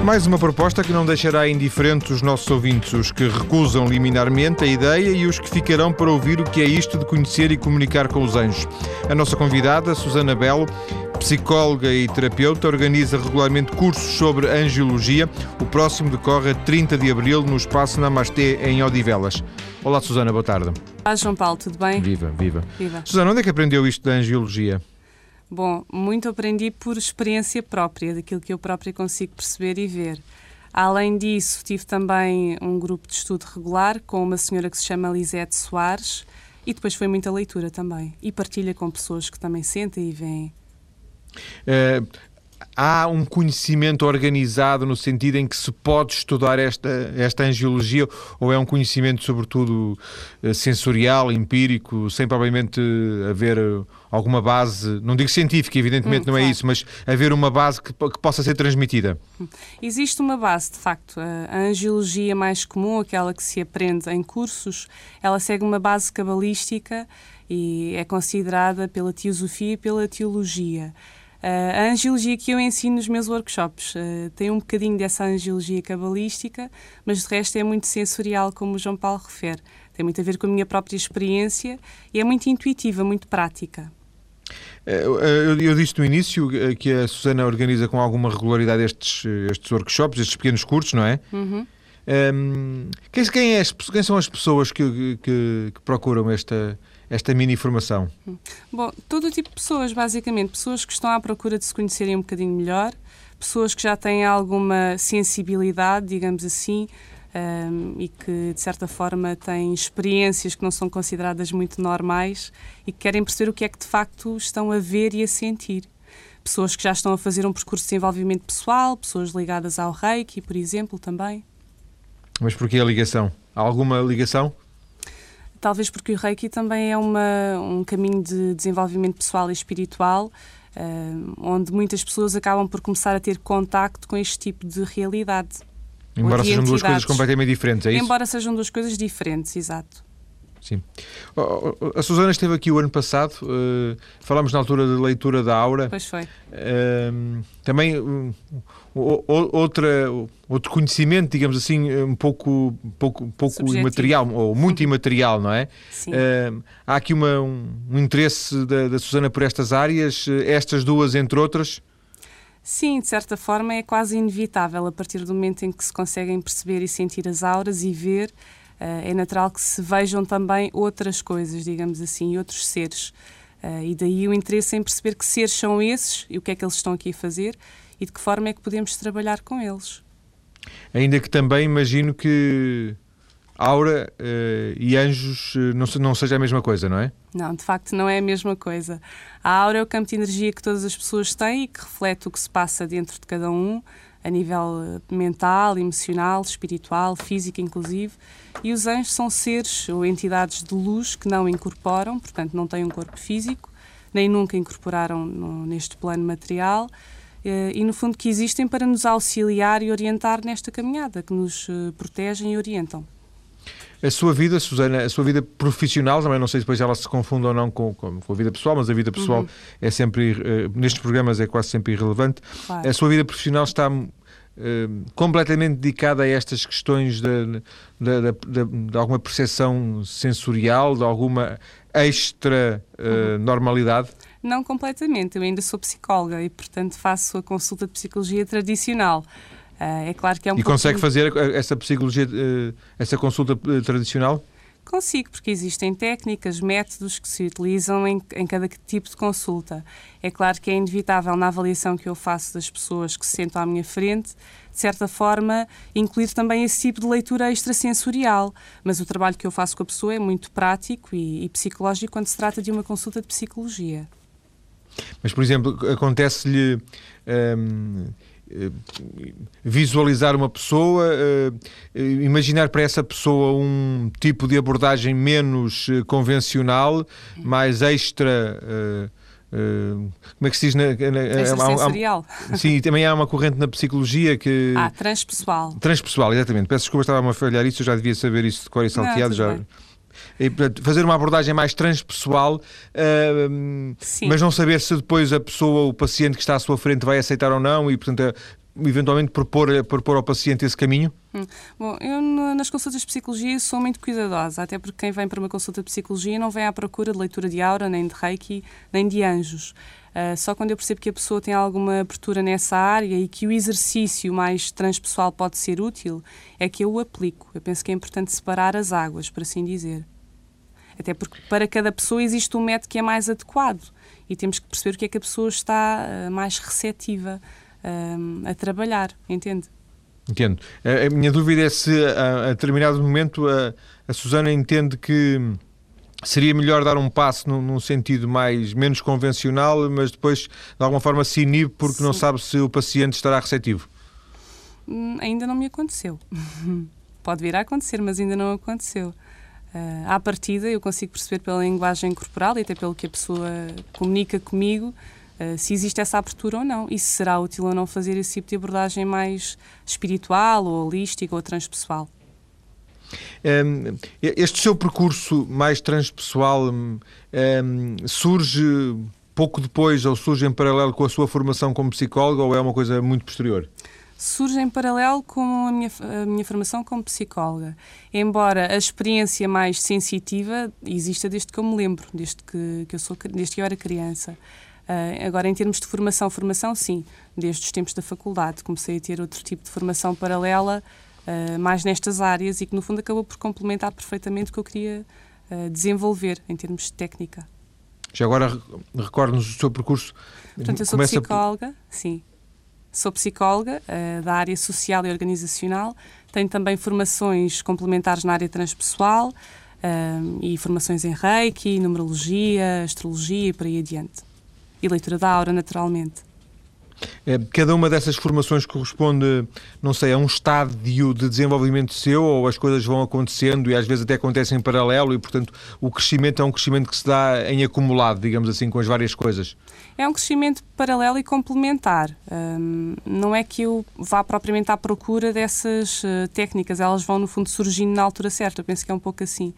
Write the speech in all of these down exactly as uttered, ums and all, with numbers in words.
Mais uma proposta que não deixará indiferentes os nossos ouvintes, os que recusam liminarmente a ideia e os que ficarão para ouvir o que é isto de conhecer e comunicar com os anjos. A nossa convidada, Susana Belo, psicóloga e terapeuta, organiza regularmente cursos sobre angiologia. O próximo decorre a trinta de abril no Espaço Namastê, em Odivelas. Olá, Susana, boa tarde. Olá, João Paulo, tudo bem? Viva, viva. Viva. Susana, onde é que aprendeu isto da angiologia? Bom, muito aprendi por experiência própria, daquilo que eu própria consigo perceber e ver. Além disso, tive também um grupo de estudo regular com uma senhora que se chama Lisete Soares e depois foi muita leitura também. E partilha com pessoas que também sentem e veem. Uh, há um conhecimento organizado no sentido em que se pode estudar esta, esta angiologia, ou é um conhecimento sobretudo sensorial, empírico, sem propriamente haver alguma base, não digo científica, evidentemente hum, não claro. É isso, mas haver uma base que, que possa ser transmitida? Existe uma base, de facto. A angiologia mais comum, aquela que se aprende em cursos, ela segue uma base cabalística e é considerada pela teosofia e pela teologia. Uh, a angiologia que eu ensino nos meus workshops uh, tem um bocadinho dessa angiologia cabalística, mas de resto é muito sensorial, como o João Paulo refere. Tem muito a ver com a minha própria experiência e é muito intuitiva, muito prática. Eu, eu, eu disse no início que a Susana organiza com alguma regularidade estes, estes workshops, estes pequenos cursos, não é? Uhum. Um, quem, quem, é, quem são as pessoas que, que, que procuram esta... esta mini-formação? Bom, todo o tipo de pessoas, basicamente. Pessoas que estão à procura de se conhecerem um bocadinho melhor, pessoas que já têm alguma sensibilidade, digamos assim, um, e que, de certa forma, têm experiências que não são consideradas muito normais e que querem perceber o que é que, de facto, estão a ver e a sentir. Pessoas que já estão a fazer um percurso de desenvolvimento pessoal, pessoas ligadas ao Reiki, por exemplo, também. Mas porquê a ligação? Há alguma ligação? Talvez porque o Reiki também é uma, um caminho de desenvolvimento pessoal e espiritual, uh, onde muitas pessoas acabam por começar a ter contacto com este tipo de realidade. Embora sejam duas coisas completamente diferentes, é isso? Embora sejam duas coisas diferentes, exato. Sim. A Susana esteve aqui o ano passado, uh, falámos na altura da leitura da aura. Pois foi. Uh, também uh, outra, outro conhecimento, digamos assim, um pouco, pouco, pouco imaterial, ou muito imaterial, não é? Sim. Uh, há aqui uma, um, um interesse da, da Susana por estas áreas, estas duas entre outras? Sim, de certa forma é quase inevitável, a partir do momento em que se conseguem perceber e sentir as auras e ver. Uh, é natural que se vejam também outras coisas, digamos assim, e outros seres. Uh, e daí o interesse em perceber que seres são esses e o que é que eles estão aqui a fazer e de que forma é que podemos trabalhar com eles. Ainda que também imagino que aura uh, e anjos uh, não, não seja a mesma coisa, não é? Não, de facto não é a mesma coisa. A aura é o campo de energia que todas as pessoas têm e que reflete o que se passa dentro de cada um, a nível mental, emocional, espiritual, físico inclusive, e os anjos são seres ou entidades de luz que não incorporam, portanto não têm um corpo físico, nem nunca incorporaram no, neste plano material, e no fundo que existem para nos auxiliar e orientar nesta caminhada, que nos protegem e orientam. A sua vida, Susana, a sua vida profissional, também não sei se depois ela se confunde ou não com, com, com a vida pessoal, mas a vida pessoal uhum. é sempre, uh, nestes programas é quase sempre irrelevante. Claro. A sua vida profissional está uh, completamente dedicada a estas questões de, de, de, de, de alguma percepção sensorial, de alguma extra uh, uhum. normalidade? Não completamente, eu ainda sou psicóloga e, portanto, faço a consulta de psicologia tradicional. Uh, é claro que é um e consegue pouquinho... fazer essa psicologia, essa consulta tradicional? Consigo, porque existem técnicas, métodos que se utilizam em, em cada tipo de consulta. É claro que é inevitável na avaliação que eu faço das pessoas que se sentam à minha frente, de certa forma, incluir também esse tipo de leitura extrasensorial. Mas o trabalho que eu faço com a pessoa é muito prático e, e psicológico quando se trata de uma consulta de psicologia. Mas, por exemplo, acontece-lhe... Hum... visualizar uma pessoa, imaginar para essa pessoa um tipo de abordagem menos convencional, mais extra, como é que se diz? Na, na, extrasensorial. Há, há, sim, também há uma corrente na psicologia que... Ah, transpessoal. Transpessoal, exatamente. Peço desculpa, estava-me a falhar isso, eu já devia saber isso de cor e salteado. Já... E, portanto, fazer uma abordagem mais transpessoal, uh, mas não saber se depois a pessoa, o paciente que está à sua frente vai aceitar ou não e, portanto, eventualmente propor, propor ao paciente esse caminho? Hum. Bom, eu nas consultas de psicologia sou muito cuidadosa, até porque quem vem para uma consulta de psicologia não vem à procura de leitura de aura, nem de reiki, nem de anjos. Uh, só quando eu percebo que a pessoa tem alguma abertura nessa área e que o exercício mais transpessoal pode ser útil, é que eu o aplico. Eu penso que é importante separar as águas, por assim dizer. Até porque para cada pessoa existe um método que é mais adequado e temos que perceber o que é que a pessoa está uh, mais receptiva uh, a trabalhar, entende? Entendo. A, a minha dúvida é se a, a determinado momento a, a Susana entende que seria melhor dar um passo num, num sentido mais, menos convencional, mas depois de alguma forma se inibe porque Sim. não sabe se o paciente estará receptivo. Hum, ainda não me aconteceu. Pode vir a acontecer, mas ainda não aconteceu. Uh, à partida, eu consigo perceber pela linguagem corporal e até pelo que a pessoa comunica comigo uh, se existe essa abertura ou não e se será útil ou não fazer esse tipo de abordagem mais espiritual ou holística ou transpessoal. Um, este seu percurso mais transpessoal um, surge pouco depois ou surge em paralelo com a sua formação como psicóloga ou é uma coisa muito posterior? Surge em paralelo com a minha, a minha formação como psicóloga, embora a experiência mais sensitiva exista desde que eu me lembro, desde que, que, eu, sou, desde que eu era criança. Uh, agora, em termos de formação, formação, sim, desde os tempos da faculdade. Comecei a ter outro tipo de formação paralela, uh, mais nestas áreas e que, no fundo, acabou por complementar perfeitamente o que eu queria uh, desenvolver em termos de técnica. Já agora, recorde-nos o seu percurso. Portanto, eu sou Começa psicóloga, por... sim. Sou psicóloga uh, da área social e organizacional, tenho também formações complementares na área transpessoal uh, e formações em reiki, numerologia, astrologia e por aí adiante. E leitura da aura, naturalmente. Cada uma dessas formações corresponde, não sei, a um estádio de desenvolvimento seu ou as coisas vão acontecendo e às vezes até acontecem em paralelo e, portanto, o crescimento é um crescimento que se dá em acumulado, digamos assim, com as várias coisas? É um crescimento paralelo e complementar. Um, não é que eu vá propriamente à procura dessas uh, técnicas, elas vão, no fundo, surgindo na altura certa. Eu penso que é um pouco assim.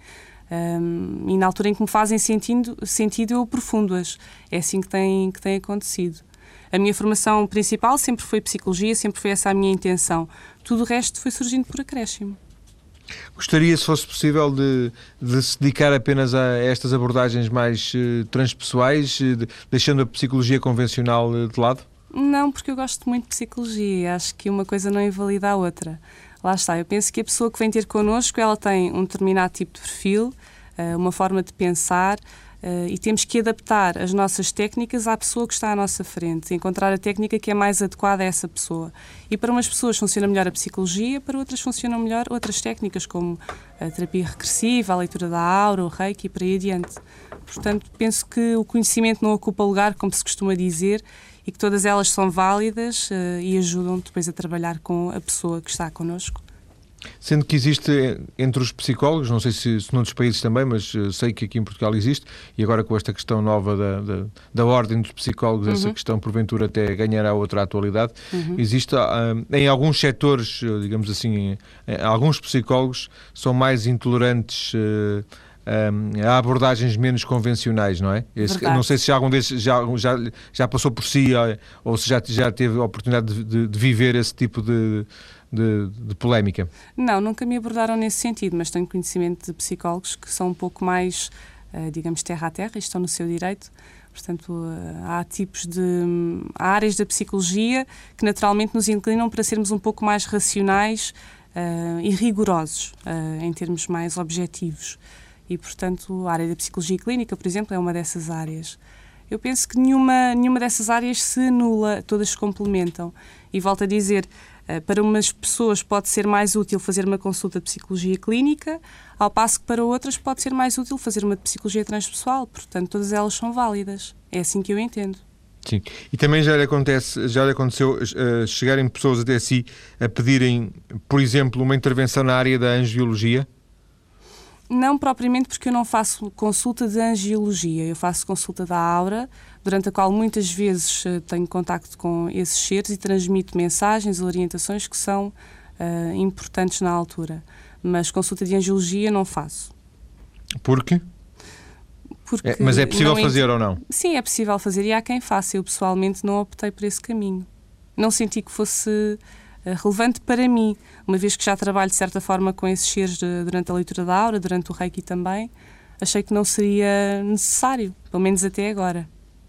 Um, e na altura em que me fazem sentido, sentido eu aprofundo-as. É assim que tem, que tem acontecido. A minha formação principal sempre foi psicologia, sempre foi essa a minha intenção. Tudo o resto foi surgindo por acréscimo. Gostaria, se fosse possível, de, de se dedicar apenas a estas abordagens mais uh, transpessoais, uh, deixando a psicologia convencional uh, de lado? Não, porque eu gosto muito de psicologia. Acho que uma coisa não invalida a outra. Lá está, eu penso que a pessoa que vem ter connosco, ela tem um determinado tipo de perfil, uh, uma forma de pensar, Uh, e temos que adaptar as nossas técnicas à pessoa que está à nossa frente, encontrar a técnica que é mais adequada a essa pessoa. E para umas pessoas funciona melhor a psicologia, para outras funcionam melhor outras técnicas, como a terapia regressiva, a leitura da aura, o reiki e por aí adiante. Portanto, penso que o conhecimento não ocupa lugar, como se costuma dizer, e que todas elas são válidas uh, e ajudam depois a trabalhar com a pessoa que está connosco. Sendo que existe entre os psicólogos, não sei se, se noutros países também, mas uh, sei que aqui em Portugal existe, e agora com esta questão nova da, da, da ordem dos psicólogos, uhum. essa questão porventura até ganhará outra atualidade, uhum. existe uh, em alguns setores, uh, digamos assim, uh, alguns psicólogos são mais intolerantes uh, um, a abordagens menos convencionais, não é? Esse, não sei se já algum desses já, já, já passou por si uh, ou se já, já teve a oportunidade de, de, de viver esse tipo de De, de polémica? Não, nunca me abordaram nesse sentido, mas tenho conhecimento de psicólogos que são um pouco mais, uh, digamos, terra a terra e estão no seu direito. Portanto, uh, há tipos de... há áreas da psicologia que naturalmente nos inclinam para sermos um pouco mais racionais uh, e rigorosos, uh, em termos mais objetivos. E, portanto, a área da psicologia clínica, por exemplo, é uma dessas áreas. Eu penso que nenhuma, nenhuma dessas áreas se anula, todas se complementam. E volto a dizer, para umas pessoas pode ser mais útil fazer uma consulta de psicologia clínica, ao passo que para outras pode ser mais útil fazer uma de psicologia transpessoal. Portanto, todas elas são válidas. É assim que eu entendo. Sim. E também já lhe, acontece, já lhe aconteceu uh, chegarem pessoas até si a pedirem, por exemplo, uma intervenção na área da angiologia? Não propriamente, porque eu não faço consulta de angiologia, eu faço consulta da aura, durante a qual muitas vezes tenho contacto com esses seres e transmito mensagens, orientações que são uh, importantes na altura. Mas consulta de angiologia não faço. Por quê? Porque é, mas é possível fazer ent... ou não? Sim, é possível fazer e há quem faça. Eu pessoalmente não optei por esse caminho. não senti que fosse relevante para mim, uma vez que já trabalho de certa forma com esses seres de, durante a leitura da aura, durante o Reiki também, achei que não seria necessário, pelo menos até agora.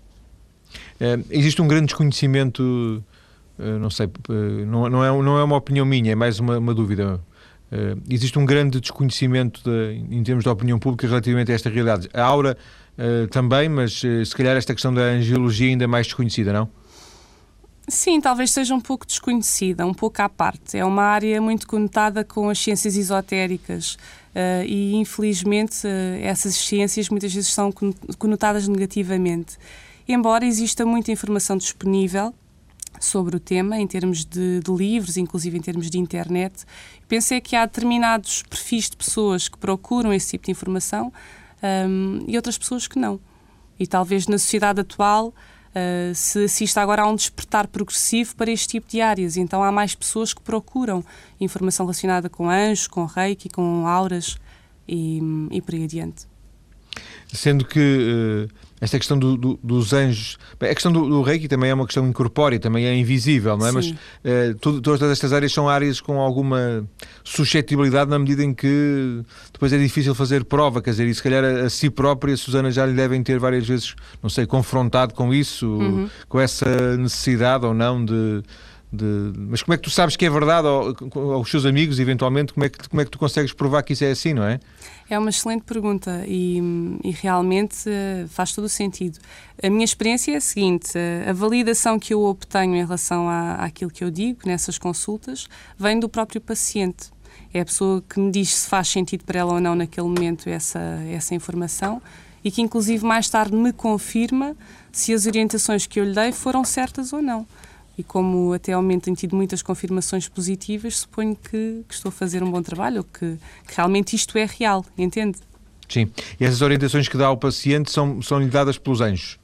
É, existe um grande desconhecimento, uh, não sei, uh, não, não, é, não é uma opinião minha, é mais uma, uma dúvida. Uh, existe um grande desconhecimento de, em termos de opinião pública relativamente a esta realidade. A aura uh, também, mas uh, se calhar esta questão da angiologia ainda é mais desconhecida, não? Sim, talvez seja um pouco desconhecida, um pouco à parte. É uma área muito conotada com as ciências esotéricas uh, e, infelizmente, uh, essas ciências muitas vezes são conotadas negativamente. Embora exista muita informação disponível sobre o tema, em termos de, de livros, inclusive em termos de internet, pensei que há determinados perfis de pessoas que procuram esse tipo de informação um, e outras pessoas que não. E talvez na sociedade atual Uh, se assista agora a um despertar progressivo para este tipo de áreas. Então há mais pessoas que procuram informação relacionada com anjos, com reiki, com auras e, e por aí adiante. Sendo que uh, esta questão do, do, dos anjos... Bem, a questão do, do reiki também é uma questão incorpórea, também é invisível, não é? Sim. Mas uh, tudo, todas estas áreas são áreas com alguma suscetibilidade na medida em que depois é difícil fazer prova, quer dizer, e se calhar a, a si própria, a Susana, já lhe devem ter várias vezes, não sei, confrontado com isso, uhum. com essa necessidade ou não de... De... Mas como é que tu sabes que é verdade ou, aos seus amigos, eventualmente, como é, que, como é que tu consegues provar que isso é assim, não é? É uma excelente pergunta e, e realmente faz todo o sentido. A minha experiência é a seguinte, a validação que eu obtenho em relação à, àquilo que eu digo nessas consultas vem do próprio paciente. É a pessoa que me diz se faz sentido para ela ou não naquele momento essa, essa informação e que inclusive mais tarde me confirma se as orientações que eu lhe dei foram certas ou não. E como até ao momento tenho tido muitas confirmações positivas, suponho que, que estou a fazer um bom trabalho ou que, que realmente isto é real, entende? Sim. E essas orientações que dá ao paciente são, são-lhe dadas pelos anjos?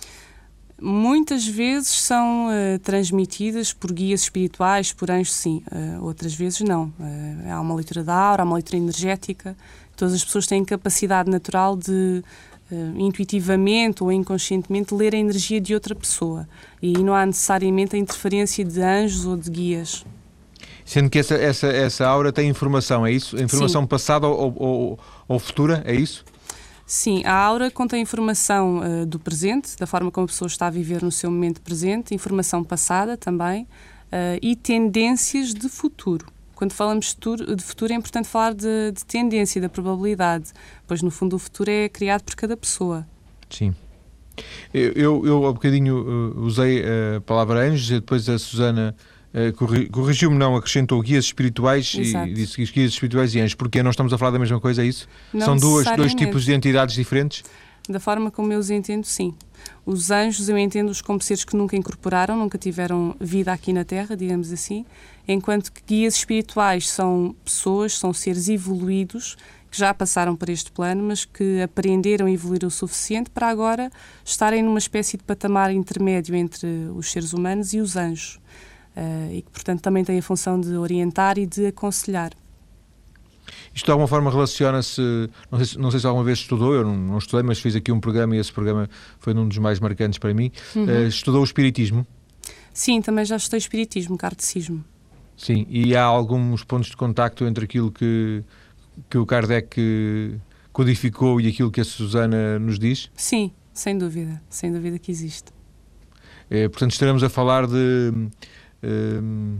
Muitas vezes são uh, transmitidas por guias espirituais, por anjos, sim. Uh, outras vezes não. Uh, há uma leitura da aura, há uma leitura energética. Todas as pessoas têm capacidade natural de... Uh, intuitivamente ou inconscientemente ler a energia de outra pessoa e aí não há necessariamente a interferência de anjos ou de guias. Sendo que essa, essa, essa aura tem informação, é isso? Informação Sim. passada ou, ou, ou futura, é isso? Sim, a aura contém informação uh, do presente, da forma como a pessoa está a viver no seu momento presente, informação passada também uh, e tendências de futuro. Quando falamos de futuro, de futuro é importante falar de, de tendência, da probabilidade, pois no fundo o futuro é criado por cada pessoa. Sim. Eu, eu, eu há bocadinho uh, usei a palavra anjos e depois a Susana uh, corri, corrigiu-me, não, acrescentou guias espirituais. Exato. E disse guias espirituais e anjos. Porquê? Não estamos a falar da mesma coisa, é isso? Não São duas, dois tipos de entidades diferentes? Da forma como eu os entendo, sim. Os anjos eu entendo-os como seres que nunca incorporaram, nunca tiveram vida aqui na Terra, digamos assim, enquanto que guias espirituais são pessoas, são seres evoluídos que já passaram por este plano, mas que aprenderam e evoluíram o suficiente para agora estarem numa espécie de patamar intermédio entre os seres humanos e os anjos. Uh, e que, portanto, também têm a função de orientar e de aconselhar. Isto de alguma forma relaciona-se, não sei, não sei se alguma vez estudou, eu não, não estudei, mas fiz aqui um programa e esse programa foi um dos mais marcantes para mim. Uhum. Uh, estudou o espiritismo? Sim, também já estudei espiritismo, kardecismo. Sim, e há alguns pontos de contacto entre aquilo que, que o Kardec codificou e aquilo que a Susana nos diz? Sim, sem dúvida, sem dúvida que existe. É, portanto, estaremos a falar de... Uh,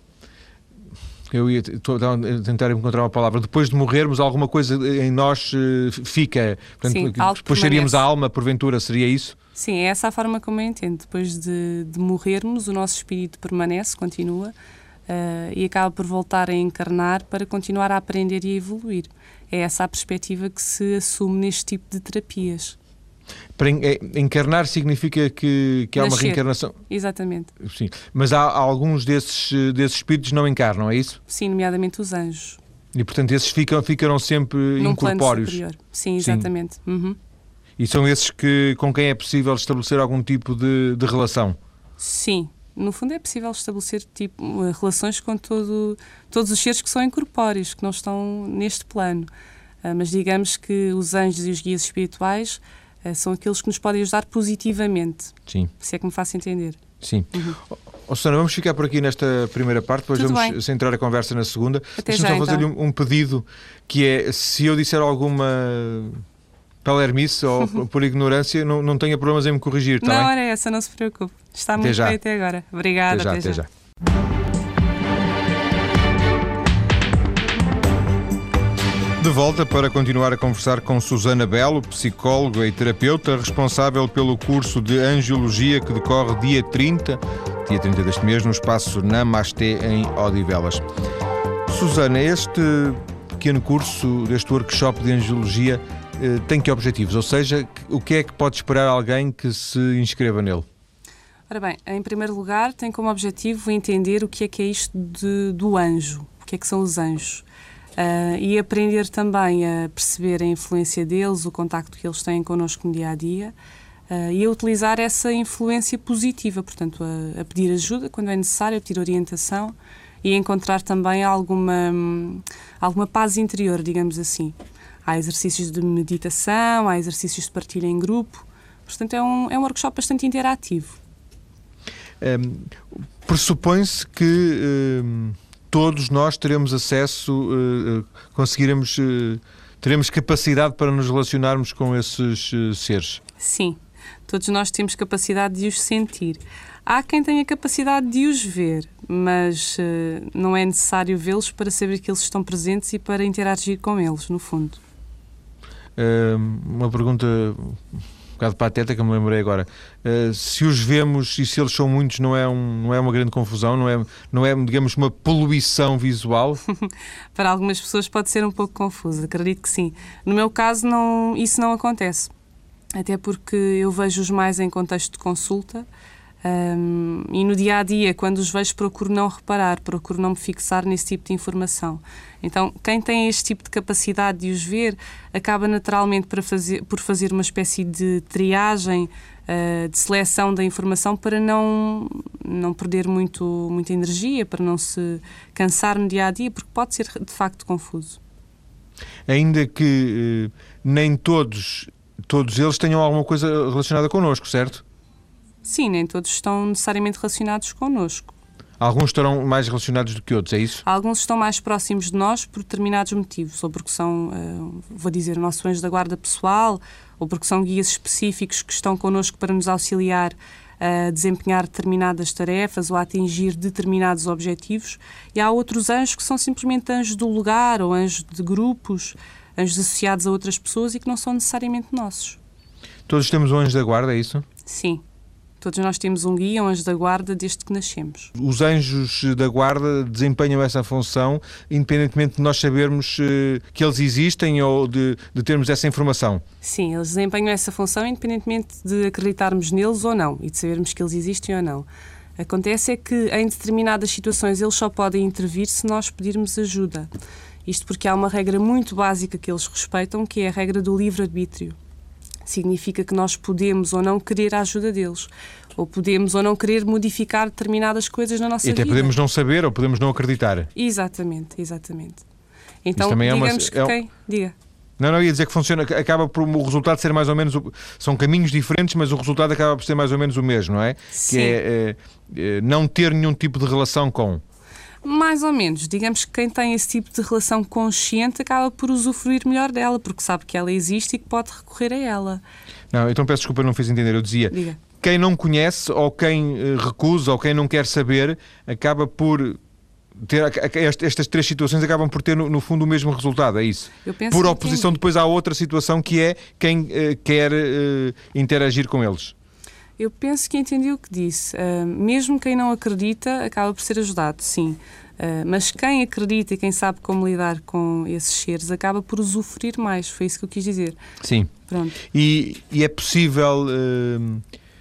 eu ia a tentar encontrar uma palavra. Depois de morrermos, alguma coisa em nós uh, fica. Portanto, sim, depois seríamos a alma, porventura, seria isso? Sim, é essa a forma como eu entendo. Depois de, de morrermos, o nosso espírito permanece, continua, uh, e acaba por voltar a encarnar para continuar a aprender e a evoluir. É essa a perspectiva que se assume neste tipo de terapias. Para encarnar significa que, que há uma reencarnação? Exatamente. Sim. Mas há, há alguns desses, desses espíritos não encarnam, é isso? Sim, nomeadamente os anjos. E, portanto, esses ficam, ficaram sempre num incorpóreos? Plano superior. Sim, exatamente. Sim. Uhum. E são esses que, com quem é possível estabelecer algum tipo de, de relação? Sim. No fundo é possível estabelecer tipo, relações com todo, todos os seres que são incorpóreos, que não estão neste plano. Uh, mas digamos que os anjos e os guias espirituais são aqueles que nos podem ajudar positivamente. Sim. Se é que me faço entender. Sim. Uhum. Oh, Susana, vamos ficar por aqui nesta primeira parte, depois Tudo vamos bem. centrar a conversa na segunda. Até Deixa-me já, só fazer-lhe então. um, um pedido, que é, se eu disser alguma palermice ou por ignorância, não, não tenha problemas em me corrigir, está Não, bem? era essa, não se preocupe. Está Até muito já. bem até agora. Obrigada, Até já, até já. De volta para continuar a conversar com Susana Belo, psicóloga e terapeuta, responsável pelo curso de Angiologia que decorre dia trinta, dia trinta deste mês, no espaço Namasté, em Odivelas. Susana, este pequeno curso, deste workshop de Angiologia, eh, tem que objetivos? Ou seja, o que é que pode esperar alguém que se inscreva nele? Ora bem, em primeiro lugar, tem como objetivo entender o que é que é isto de, do anjo, o que é que são os anjos. Uh, e aprender também a perceber a influência deles, o contacto que eles têm connosco no dia-a-dia, uh, e a utilizar essa influência positiva, portanto, a, a pedir ajuda quando é necessário, a pedir orientação e a encontrar também alguma, alguma paz interior, digamos assim. Há exercícios de meditação, há exercícios de partilha em grupo, portanto, é um, é um workshop bastante interativo. Um, pressupõe-se que... Um... todos nós teremos acesso, uh, uh, conseguiremos, uh, teremos capacidade para nos relacionarmos com esses uh, seres. Sim, todos nós temos capacidade de os sentir. Há quem tenha capacidade de os ver, mas uh, não é necessário vê-los para saber que eles estão presentes e para interagir com eles, no fundo. Uh, uma pergunta um bocado pateta que eu me lembrei agora. Uh, se os vemos e se eles são muitos, não é, um, não é uma grande confusão? Não é, não é, digamos, uma poluição visual? Para algumas pessoas pode ser um pouco confuso, acredito que sim. No meu caso, não, isso não acontece. Até porque eu vejo-os mais em contexto de consulta um, e no dia-a-dia, quando os vejo, procuro não reparar, procuro não me fixar nesse tipo de informação. Então, quem tem este tipo de capacidade de os ver, acaba naturalmente para fazer, por fazer uma espécie de triagem, uh, de seleção da informação para não, não perder muito, muita energia, para não se cansar no dia-a-dia, porque pode ser de facto confuso. Ainda que uh, nem todos, todos eles tenham alguma coisa relacionada connosco, certo? Sim, nem todos estão necessariamente relacionados connosco. Alguns estarão mais relacionados do que outros, é isso? Alguns estão mais próximos de nós por determinados motivos, ou porque são, uh, vou dizer, o nosso anjo da guarda pessoal, ou porque são guias específicos que estão connosco para nos auxiliar a desempenhar determinadas tarefas ou a atingir determinados objetivos. E há outros anjos que são simplesmente anjos do lugar ou anjos de grupos, anjos associados a outras pessoas e que não são necessariamente nossos. Todos temos um anjo da guarda, é isso? Sim. Todos nós temos um guia, um anjo da guarda, desde que nascemos. Os anjos da guarda desempenham essa função, independentemente de nós sabermos uh, que eles existem ou de, de termos essa informação? Sim, eles desempenham essa função independentemente de acreditarmos neles ou não e de sabermos que eles existem ou não. Acontece é que em determinadas situações eles só podem intervir se nós pedirmos ajuda. Isto porque há uma regra muito básica que eles respeitam, que é a regra do livre-arbítrio. Significa que nós podemos ou não querer a ajuda deles, ou podemos ou não querer modificar determinadas coisas na nossa e até vida. podemos não saber ou podemos não acreditar. Exatamente, exatamente. Então, também é uma- digamos que é um- quem... Diga. Não, não, ia dizer que funciona, acaba por o resultado ser mais ou menos, o- são caminhos diferentes, mas o resultado acaba por ser mais ou menos o mesmo, não é? Sim. Que é, é, é não ter nenhum tipo de relação com. Mais ou menos. Digamos que quem tem esse tipo de relação consciente acaba por usufruir melhor dela, porque sabe que ela existe e que pode recorrer a ela. Não, então peço desculpa, não fiz entender. Eu dizia, Diga. quem não conhece ou quem eh, recusa ou quem não quer saber acaba por ter a- a- est- estas três situações acabam por ter no, no fundo o mesmo resultado, é isso? Eu penso Por que oposição entendi. depois há outra situação que é quem eh, quer eh, interagir com eles. Eu penso que entendi o que disse. Uh, mesmo quem não acredita acaba por ser ajudado, sim. Uh, mas quem acredita e quem sabe como lidar com esses seres acaba por usufruir mais. Foi isso que eu quis dizer. Sim. Pronto. E, e é possível eh,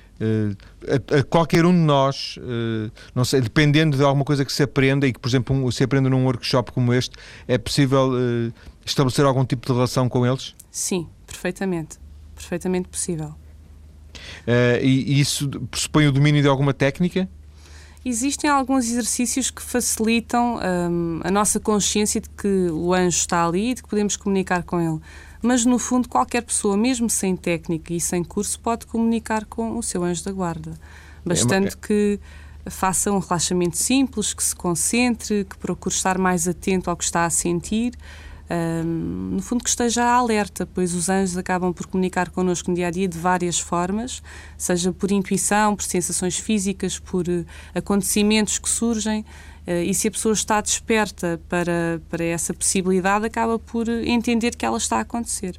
eh, a, a qualquer um de nós, eh, não sei, dependendo de alguma coisa que se aprenda e que, por exemplo, um, se aprenda num workshop como este, é possível eh, estabelecer algum tipo de relação com eles? Sim, perfeitamente. Perfeitamente possível. Eh, e, e isso pressupõe o domínio de alguma técnica? Existem alguns exercícios que facilitam hum, a nossa consciência de que o anjo está ali e de que podemos comunicar com ele. Mas, no fundo, qualquer pessoa, mesmo sem técnica e sem curso, pode comunicar com o seu anjo da guarda. Bastante É, que faça um relaxamento simples, que se concentre, que procure estar mais atento ao que está a sentir. Um, no fundo que esteja alerta, pois os anjos acabam por comunicar connosco no dia-a-dia de várias formas, seja por intuição, por sensações físicas, por uh, acontecimentos que surgem, uh, e se a pessoa está desperta para, para essa possibilidade, acaba por entender que ela está a acontecer.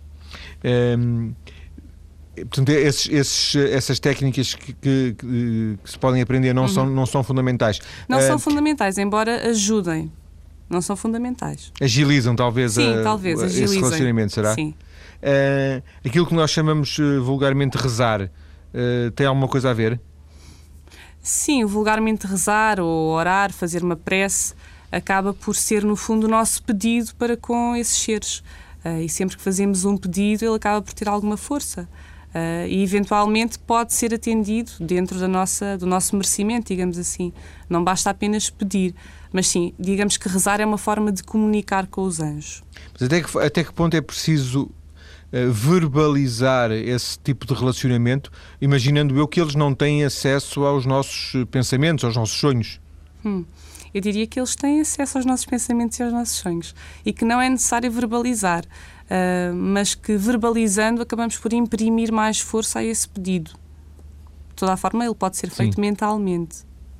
Um... Portanto, esses, esses, essas técnicas que, que, que, que se podem aprender não, uhum. são, não são fundamentais. Não uh, são são fundamentais, embora ajudem. Não são fundamentais. Agilizam, talvez, Sim, a, talvez, a, esse relacionamento, será? Sim. Uh, aquilo que nós chamamos uh, vulgarmente rezar, uh, tem alguma coisa a ver? Sim, vulgarmente rezar ou orar, fazer uma prece, acaba por ser, no fundo, o nosso pedido para com esses seres. Uh, e sempre que fazemos um pedido, ele acaba por ter alguma força. Uh, e eventualmente pode ser atendido dentro da nossa, do nosso merecimento, digamos assim. Não basta apenas pedir, mas sim, digamos que rezar é uma forma de comunicar com os anjos. Mas até que, até que ponto é preciso uh, verbalizar esse tipo de relacionamento, imaginando eu que eles não têm acesso aos nossos pensamentos, aos nossos sonhos? Hum. Eu diria que eles têm acesso aos nossos pensamentos e aos nossos sonhos e que não é necessário verbalizar, uh, mas que verbalizando acabamos por imprimir mais força a esse pedido. De toda a forma, ele pode ser feito Sim. mentalmente.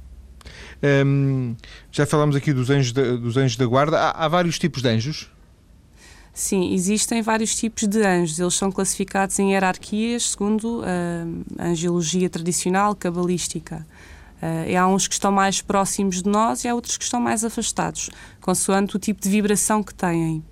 Um, já falámos aqui dos anjos da, dos anjos da guarda. Há, há vários tipos de anjos? Sim, existem vários tipos de anjos. Eles são classificados em hierarquias segundo a angelologia tradicional cabalística. Uh, há uns que estão mais próximos de nós e há outros que estão mais afastados, consoante o tipo de vibração que têm.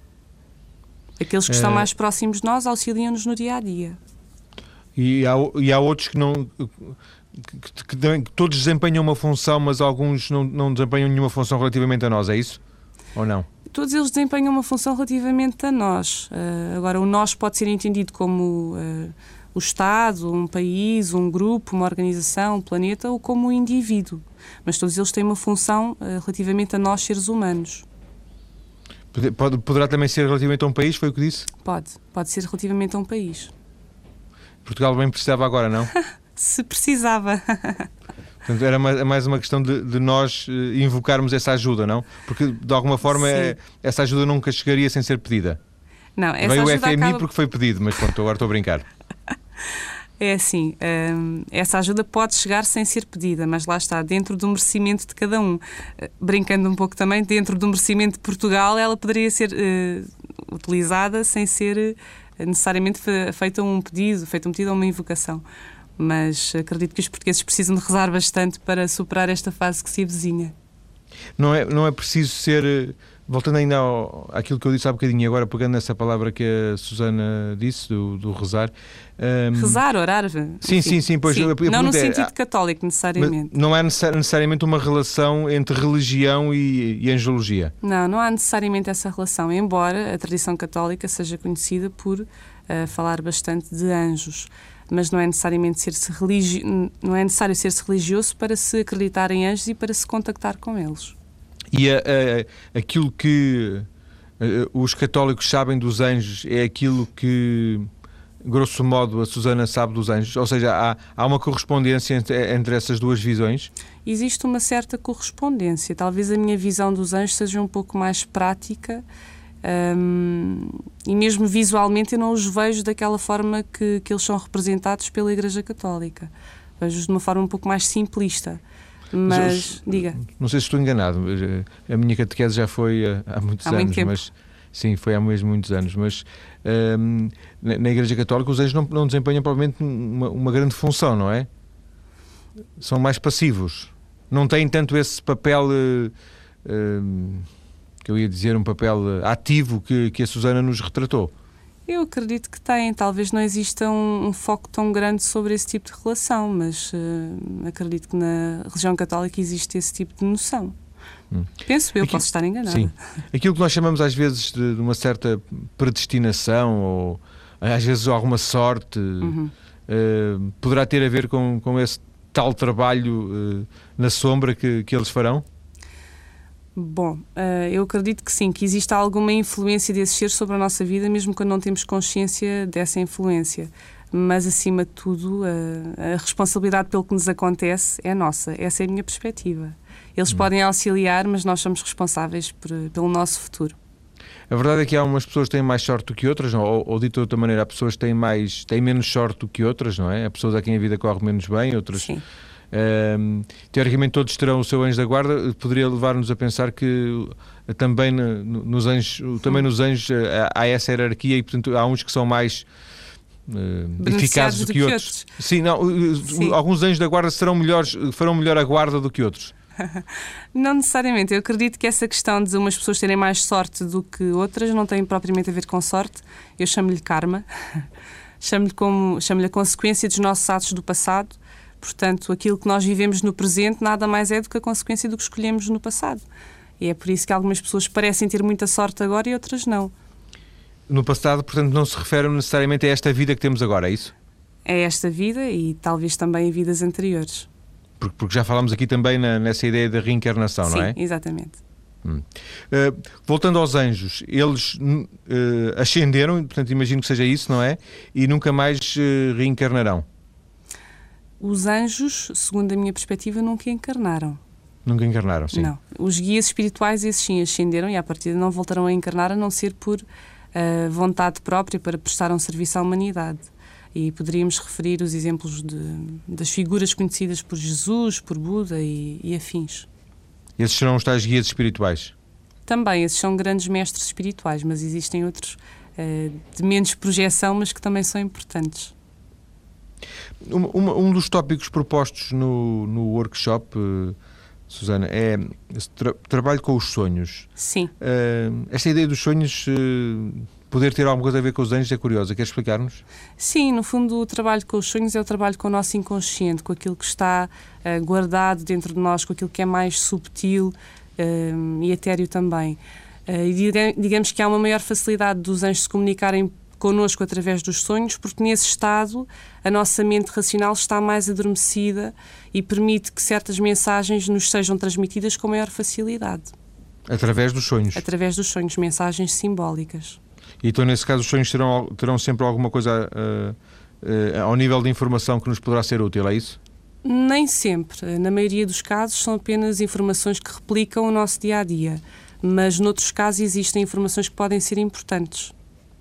Aqueles que é... estão mais próximos de nós auxiliam-nos no dia-a-dia. E há, e há outros que não... Que, que, que, que todos desempenham uma função, mas alguns não, não desempenham nenhuma função relativamente a nós, é isso? Ou não? Todos eles desempenham uma função relativamente a nós. Uh, agora, o nós pode ser entendido como... Uh, o Estado, um país, um grupo, uma organização, um planeta ou como um indivíduo. Mas todos eles têm uma função uh, relativamente a nós, seres humanos. Pode, poderá também ser relativamente a um país, foi o que disse? Pode. Pode ser relativamente a um país. Portugal bem precisava agora, não? Se precisava. Portanto, era mais uma questão de, de nós invocarmos essa ajuda, não? Porque, de alguma forma, é, essa ajuda nunca chegaria sem ser pedida. Não, essa Veio ajuda o F M I acaba... porque foi pedido, mas pronto, agora estou a brincar. É assim, hum, essa ajuda pode chegar sem ser pedida, mas lá está, dentro do merecimento de cada um. Uh, brincando um pouco também, dentro do merecimento de Portugal, ela poderia ser uh, utilizada sem ser uh, necessariamente feita um pedido, feito um pedido ou uma invocação. Mas acredito que os portugueses precisam de rezar bastante para superar esta fase que se avizinha. Não é, não é preciso ser... Voltando ainda ao, àquilo que eu disse há bocadinho, agora pegando nessa palavra que a Susana disse, do, do rezar... Um... Rezar, orar... Sim, enfim, sim, sim. Pois, sim. Eu, eu não no é, sentido católico, necessariamente. Não há necessariamente uma relação entre religião e, e angelologia? Não, não há necessariamente essa relação, embora a tradição católica seja conhecida por uh, falar bastante de anjos. Mas não é necessariamente ser-se religi... não é necessário ser-se religioso para se acreditar em anjos e para se contactar com eles. E a, a, aquilo que a, os católicos sabem dos anjos é aquilo que, grosso modo, a Susana sabe dos anjos? Ou seja, há, há uma correspondência entre, entre essas duas visões? Existe uma certa correspondência. Talvez a minha visão dos anjos seja um pouco mais prática, hum, e mesmo visualmente eu não os vejo daquela forma que, que eles são representados pela Igreja Católica. Vejo-os de uma forma um pouco mais simplista. Mas, eu, diga. Não sei se estou enganado, a minha catequese já foi há muitos há anos, muito tempo. mas sim, foi há mesmo muitos anos, mas hum, na, na Igreja Católica os anjos não, não desempenham provavelmente uma, uma grande função, não é? São mais passivos, não têm tanto esse papel, hum, que eu ia dizer, um papel ativo que, que a Susana nos retratou. Eu acredito que têm. Talvez não exista um, um foco tão grande sobre esse tipo de relação, mas uh, acredito que na religião católica existe esse tipo de noção. Hum. Penso eu, Aquilo, posso estar enganada. Sim. Aquilo que nós chamamos às vezes de, de uma certa predestinação ou às vezes alguma sorte, uhum. uh, poderá ter a ver com, com esse tal trabalho uh, na sombra que, que eles farão? Bom, uh, eu acredito que sim, que existe alguma influência desses seres sobre a nossa vida, mesmo quando não temos consciência dessa influência. mas acima de tudo a, a responsabilidade pelo que nos acontece é nossa. Essa é a minha perspectiva. Eles hum. podem auxiliar, mas nós somos responsáveis por, pelo nosso futuro. A verdade é que há umas pessoas que têm mais sorte do que outras, não? Ou, ou dito de outra maneira, há pessoas que têm, mais, têm menos sorte do que outras, não é? Há pessoas a quem a vida corre menos bem, outras... Sim. Um, teoricamente todos terão o seu anjo da guarda. Poderia levar-nos a pensar que também, nos anjos, também nos anjos há essa hierarquia e, portanto, há uns que são mais uh, eficazes do, do que, que outros. outros. Sim, não, Sim. Alguns anjos da guarda serão melhores, farão melhor a guarda do que outros. Não necessariamente. Eu acredito que essa questão de umas pessoas terem mais sorte do que outras não tem propriamente a ver com sorte. Eu chamo-lhe karma. Chamo-lhe como, chamo-lhe a consequência dos nossos atos do passado. Portanto, aquilo que nós vivemos no presente nada mais é do que a consequência do que escolhemos no passado. E é por isso que algumas pessoas parecem ter muita sorte agora e outras não. No passado, portanto, não se refere necessariamente a esta vida que temos agora, é isso? É esta vida e talvez também a vidas anteriores. Porque, porque já falámos aqui também na, nessa ideia da reencarnação, Sim, não é? Sim, exatamente. Hum. Uh, voltando aos anjos, eles uh, ascenderam, portanto imagino que seja isso, não é? E nunca mais uh, reencarnarão. Os anjos, segundo a minha perspectiva, nunca encarnaram. Nunca encarnaram, sim. Não. Os guias espirituais, esses sim, ascenderam e à partida não voltarão a encarnar, a não ser por uh, vontade própria para prestar um serviço à humanidade. E poderíamos referir os exemplos de, das figuras conhecidas por Jesus, por Buda e, e afins. Esses serão os tais guias espirituais? Também, esses são grandes mestres espirituais, mas existem outros uh, de menos projeção, mas que também são importantes. Um, um, um dos tópicos propostos no, no workshop, uh, Susana, é tra trabalho com os sonhos. Sim. Uh, esta ideia dos sonhos uh, poder ter alguma coisa a ver com os anjos é curiosa. Queres explicar-nos? Sim, no fundo o trabalho com os sonhos é o trabalho com o nosso inconsciente, com aquilo que está uh, guardado dentro de nós, com aquilo que é mais subtil uh, e etéreo também. Uh, e digamos que há uma maior facilidade dos anjos se comunicarem connosco através dos sonhos, porque nesse estado a nossa mente racional está mais adormecida e permite que certas mensagens nos sejam transmitidas com maior facilidade. Através dos sonhos? Através dos sonhos, mensagens simbólicas. E então, nesse caso, os sonhos terão, terão sempre alguma coisa uh, uh, ao nível de informação que nos poderá ser útil, é isso? Nem sempre. Na maioria dos casos são apenas informações que replicam o nosso dia-a-dia, mas noutros casos existem informações que podem ser importantes.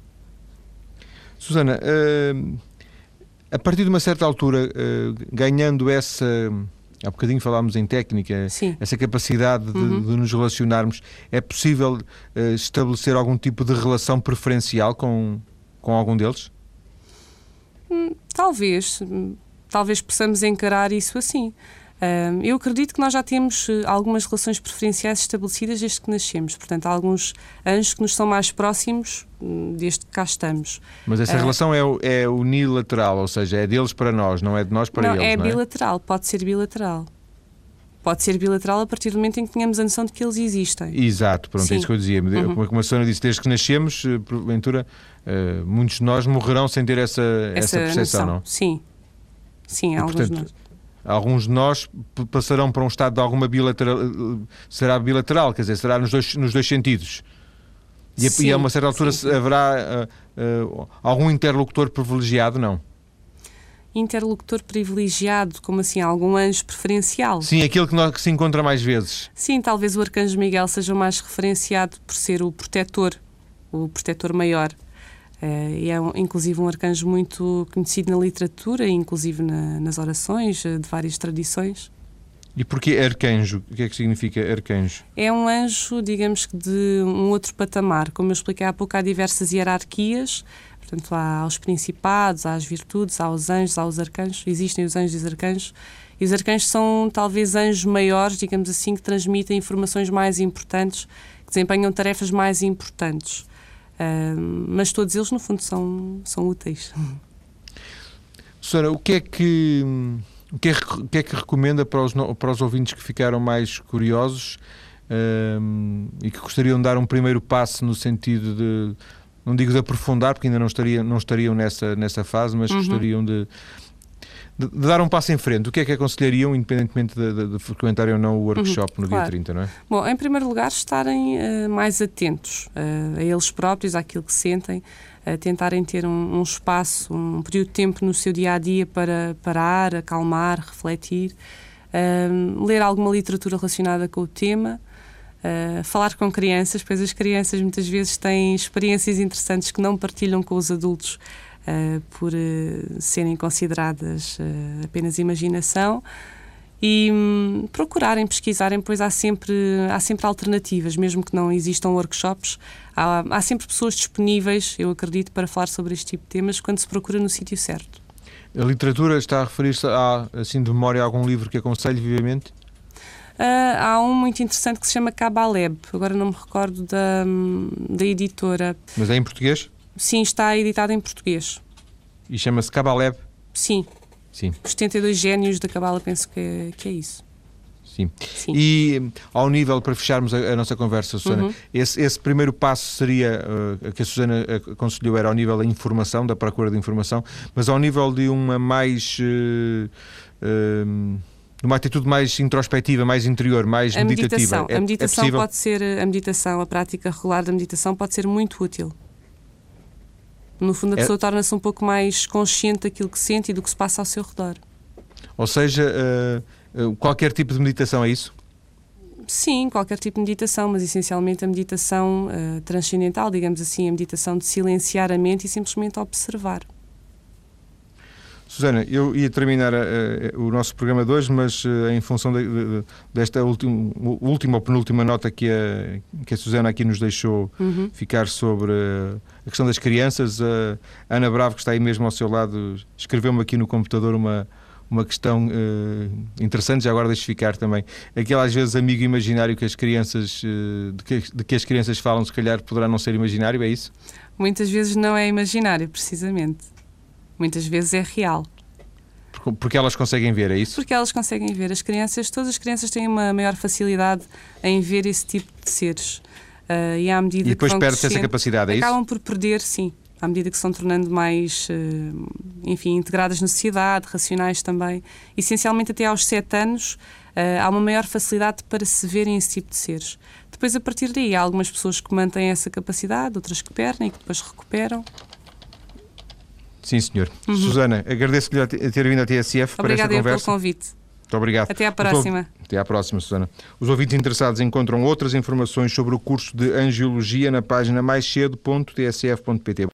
Susana, uh, a partir de uma certa altura, uh, ganhando essa, há bocadinho falámos em técnica, Sim. essa capacidade de, uhum. de nos relacionarmos, é possível uh, estabelecer algum tipo de relação preferencial com, com algum deles? Hum, talvez, talvez possamos encarar isso assim. Uh, eu acredito que nós já temos uh, algumas relações preferenciais estabelecidas desde que nascemos. Portanto, há alguns anjos que nos são mais próximos um, desde que cá estamos. Mas essa uh, relação é, é unilateral, ou seja, é deles para nós, não é de nós para não, eles, é não é? bilateral, pode ser bilateral. Pode ser bilateral a partir do momento em que tenhamos a noção de que eles existem. Exato, pronto, Sim. é isso que eu dizia. Uhum. Como a Susana disse, desde que nascemos, porventura, uh, muitos de nós morrerão sem ter essa, essa, essa percepção, noção. Não? Sim, sim, e, alguns portanto, de nós. Alguns de nós passarão para um estado de alguma bilateral, será bilateral, quer dizer, será nos dois, nos dois sentidos. E a, e a uma certa altura sim, sim. haverá uh, uh, algum interlocutor privilegiado, não? Interlocutor privilegiado, como assim? Algum anjo preferencial? Sim, aquele que, nós, que se encontra mais vezes. Sim, talvez o Arcanjo Miguel seja o mais referenciado por ser o protetor, o protetor maior. Uh, e é um, inclusive um arcanjo muito conhecido na literatura, inclusive na, nas orações uh, de várias tradições. E porquê arcanjo? O que é que significa arcanjo? É um anjo, digamos que de um outro patamar. Como eu expliquei há pouco, há diversas hierarquias. Portanto, há os principados, há as virtudes, há os anjos, há os arcanjos. Existem os anjos e os arcanjos. E os arcanjos são talvez anjos maiores, digamos assim, que transmitem informações mais importantes, que desempenham tarefas mais importantes. Uh, mas todos eles, no fundo, são, são úteis. Senhora, o que é que, o que, é, o que é que recomenda para os, para os ouvintes que ficaram mais curiosos uh, e que gostariam de dar um primeiro passo no sentido de, não digo de aprofundar, porque ainda não estariam, não estariam nessa, nessa fase, mas uhum. gostariam de, de, de dar um passo em frente? O que é que aconselhariam, independentemente de, de, de frequentarem ou não o workshop uhum, no claro. dia trinta, não é? Bom, em primeiro lugar, estarem uh, mais atentos uh, a eles próprios, àquilo que sentem. uh, tentarem ter um, um espaço, um período de tempo no seu dia-a-dia para parar, acalmar, refletir, uh, ler alguma literatura relacionada com o tema, uh, falar com crianças, pois as crianças muitas vezes têm experiências interessantes que não partilham com os adultos, Uh, por uh, serem consideradas uh, apenas imaginação, e um, procurarem, pesquisarem, pois há sempre, há sempre alternativas, mesmo que não existam workshops, há, há sempre pessoas disponíveis, eu acredito, para falar sobre este tipo de temas quando se procura no sítio certo. A literatura está a referir-se a, assim de memória, a algum livro que aconselho vivamente? Uh, há um muito interessante que se chama Cabaleb, agora não me recordo da, da editora. Mas é em português? Sim, está editado em português. E chama-se Cabaleb? Sim. Sim. Os setenta e dois Génios da Cabala, penso que é, que é isso. Sim. Sim. E ao nível, para fecharmos a, a nossa conversa, Susana, uhum. esse, esse primeiro passo seria, uh, que a Susana aconselhou, era ao nível da informação, da procura de informação, mas ao nível de uma mais... Uh, uh, uma atitude mais introspectiva, mais interior, mais a meditativa. Meditação. É, a meditação é possível? pode ser, a meditação, a prática regular da meditação pode ser muito útil. No fundo, a pessoa é... torna-se um pouco mais consciente daquilo que sente e do que se passa ao seu redor. Ou seja, uh, uh, qualquer tipo de meditação, é isso? Sim, qualquer tipo de meditação, mas essencialmente a meditação uh, transcendental, digamos assim, a meditação de silenciar a mente e simplesmente observar. Susana, eu ia terminar uh, o nosso programa de hoje, mas uh, em função de, de, desta ultim, última ou penúltima nota que a, que a Susana aqui nos deixou uhum. ficar sobre uh, a questão das crianças, uh, a Ana Bravo, que está aí mesmo ao seu lado, escreveu-me aqui no computador uma, uma questão uh, interessante, já agora deixo ficar também. Aquele às vezes amigo imaginário que as crianças, uh, de, que, de que as crianças falam, se calhar poderá não ser imaginário, é isso? Muitas vezes não é imaginário, precisamente. Muitas vezes é real. Porque elas conseguem ver, é isso? Porque elas conseguem ver. As crianças, todas as crianças têm uma maior facilidade em ver esse tipo de seres. Uh, e à medida e depois que perde-se essa capacidade, é isso? Acabam por perder, sim. À medida que se vão tornando mais, uh, enfim, integradas na sociedade, racionais também. Essencialmente até aos sete anos uh, há uma maior facilidade para se verem esse tipo de seres. Depois, a partir daí, há algumas pessoas que mantêm essa capacidade, outras que perdem e que depois recuperam. Sim, senhor. Uhum. Susana, agradeço-lhe a ter vindo à T S F para esta conversa. Obrigada pelo convite. Muito obrigado. Até à próxima. Os... Até à próxima, Susana. Os ouvintes interessados encontram outras informações sobre o curso de Angiologia na página mais cedo ponto t s f ponto p t.